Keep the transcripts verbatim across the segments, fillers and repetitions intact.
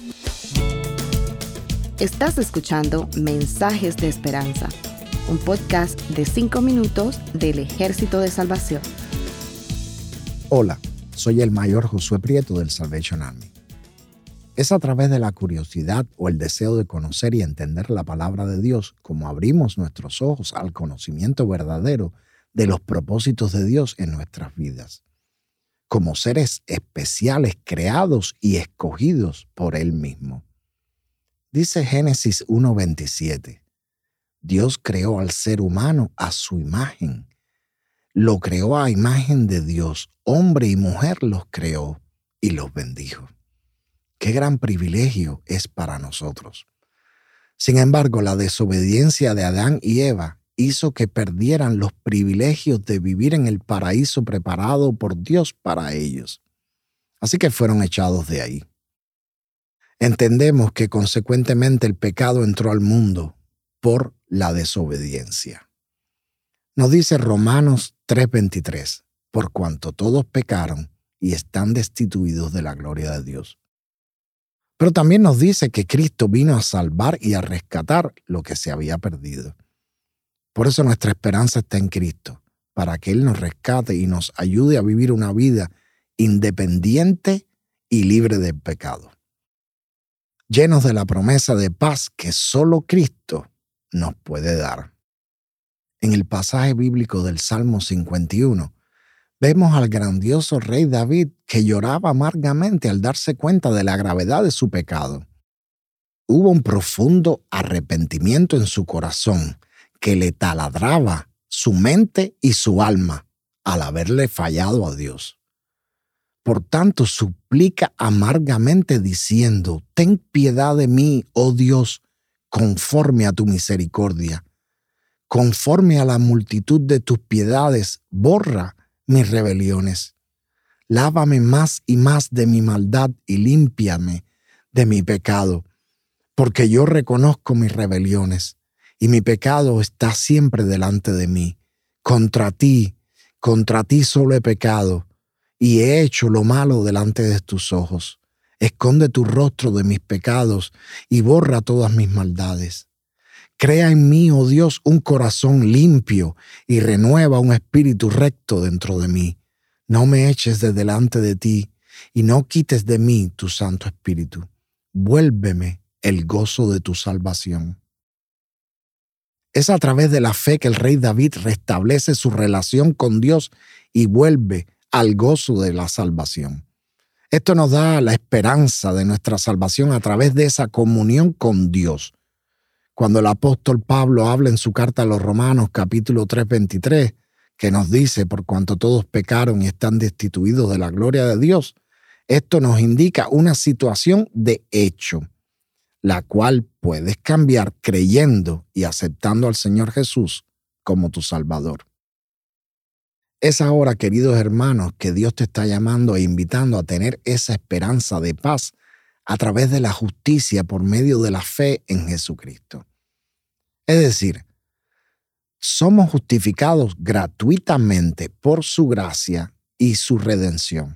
Estás escuchando Mensajes de Esperanza, un podcast de cinco minutos del Ejército de Salvación. Hola, soy el mayor Josué Prieto del Salvation Army. Es a través de la curiosidad o el deseo de conocer y entender la palabra de Dios como abrimos nuestros ojos al conocimiento verdadero de los propósitos de Dios en nuestras vidas, como seres especiales creados y escogidos por Él mismo. Dice Génesis uno veintisiete, Dios creó al ser humano a su imagen. Lo creó a imagen de Dios, hombre y mujer los creó y los bendijo. Qué gran privilegio es para nosotros. Sin embargo, la desobediencia de Adán y Eva hizo que perdieran los privilegios de vivir en el paraíso preparado por Dios para ellos. Así que fueron echados de ahí. Entendemos que consecuentemente el pecado entró al mundo por la desobediencia. Nos dice Romanos tres veintitrés, por cuanto todos pecaron y están destituidos de la gloria de Dios. Pero también nos dice que Cristo vino a salvar y a rescatar lo que se había perdido. Por eso nuestra esperanza está en Cristo, para que Él nos rescate y nos ayude a vivir una vida independiente y libre del pecado, llenos de la promesa de paz que solo Cristo nos puede dar. En el pasaje bíblico del Salmo cincuenta y uno, vemos al grandioso rey David que lloraba amargamente al darse cuenta de la gravedad de su pecado. Hubo un profundo arrepentimiento en su corazón que le taladraba su mente y su alma al haberle fallado a Dios. Por tanto, suplica amargamente diciendo, «Ten piedad de mí, oh Dios, conforme a tu misericordia. Conforme a la multitud de tus piedades, borra mis rebeliones. Lávame más y más de mi maldad y límpiame de mi pecado, porque yo reconozco mis rebeliones y mi pecado está siempre delante de mí. Contra ti, contra ti solo he pecado y he hecho lo malo delante de tus ojos. Esconde tu rostro de mis pecados y borra todas mis maldades. Crea en mí, oh Dios, un corazón limpio y renueva un espíritu recto dentro de mí. No me eches de delante de ti y no quites de mí tu Santo Espíritu. Vuélveme el gozo de tu salvación». Es a través de la fe que el rey David restablece su relación con Dios y vuelve al gozo de la salvación. Esto nos da la esperanza de nuestra salvación a través de esa comunión con Dios. Cuando el apóstol Pablo habla en su carta a los Romanos, capítulo tres veintitrés, que nos dice, por cuanto todos pecaron y están destituidos de la gloria de Dios, esto nos indica una situación de hecho, la cual puedes cambiar creyendo y aceptando al Señor Jesús como tu Salvador. Es ahora, queridos hermanos, que Dios te está llamando e invitando a tener esa esperanza de paz a través de la justicia por medio de la fe en Jesucristo. Es decir, somos justificados gratuitamente por su gracia y su redención.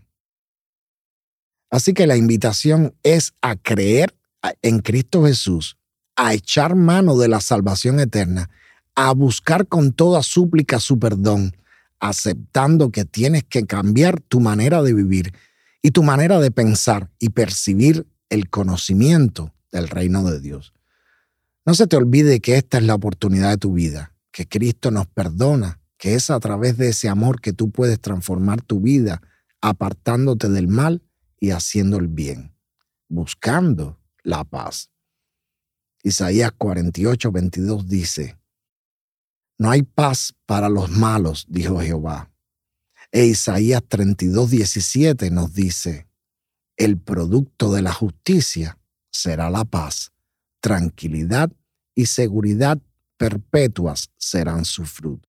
Así que la invitación es a creer en Cristo Jesús, a echar mano de la salvación eterna, a buscar con toda súplica su perdón, aceptando que tienes que cambiar tu manera de vivir y tu manera de pensar y percibir el conocimiento del reino de Dios. No se te olvide que esta es la oportunidad de tu vida, que Cristo nos perdona, que es a través de ese amor que tú puedes transformar tu vida, apartándote del mal y haciendo el bien, buscando la paz. Isaías cuarenta y ocho veintidós dice, «No hay paz para los malos, dijo Jehová». E Isaías treinta y dos diecisiete nos dice, «El producto de la justicia será la paz, tranquilidad y seguridad perpetuas serán su fruto».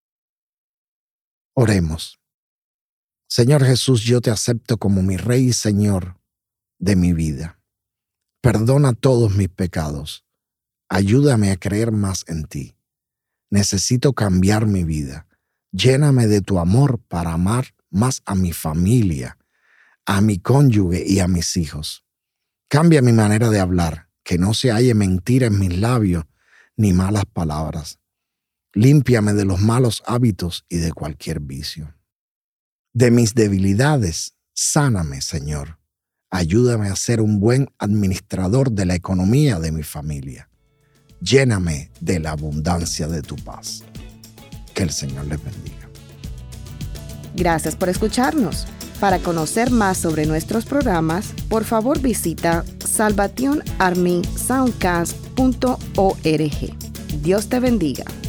Oremos. Señor Jesús, yo te acepto como mi Rey y Señor de mi vida. Perdona todos mis pecados. Ayúdame a creer más en ti. Necesito cambiar mi vida. Lléname de tu amor para amar más a mi familia, a mi cónyuge y a mis hijos. Cambia mi manera de hablar, que no se halle mentira en mis labios ni malas palabras. Límpiame de los malos hábitos y de cualquier vicio. De mis debilidades, sáname, Señor. Ayúdame a ser un buen administrador de la economía de mi familia. Lléname de la abundancia de tu paz. Que el Señor les bendiga. Gracias por escucharnos. Para conocer más sobre nuestros programas, por favor visita salvation army soundcast punto org. Dios te bendiga.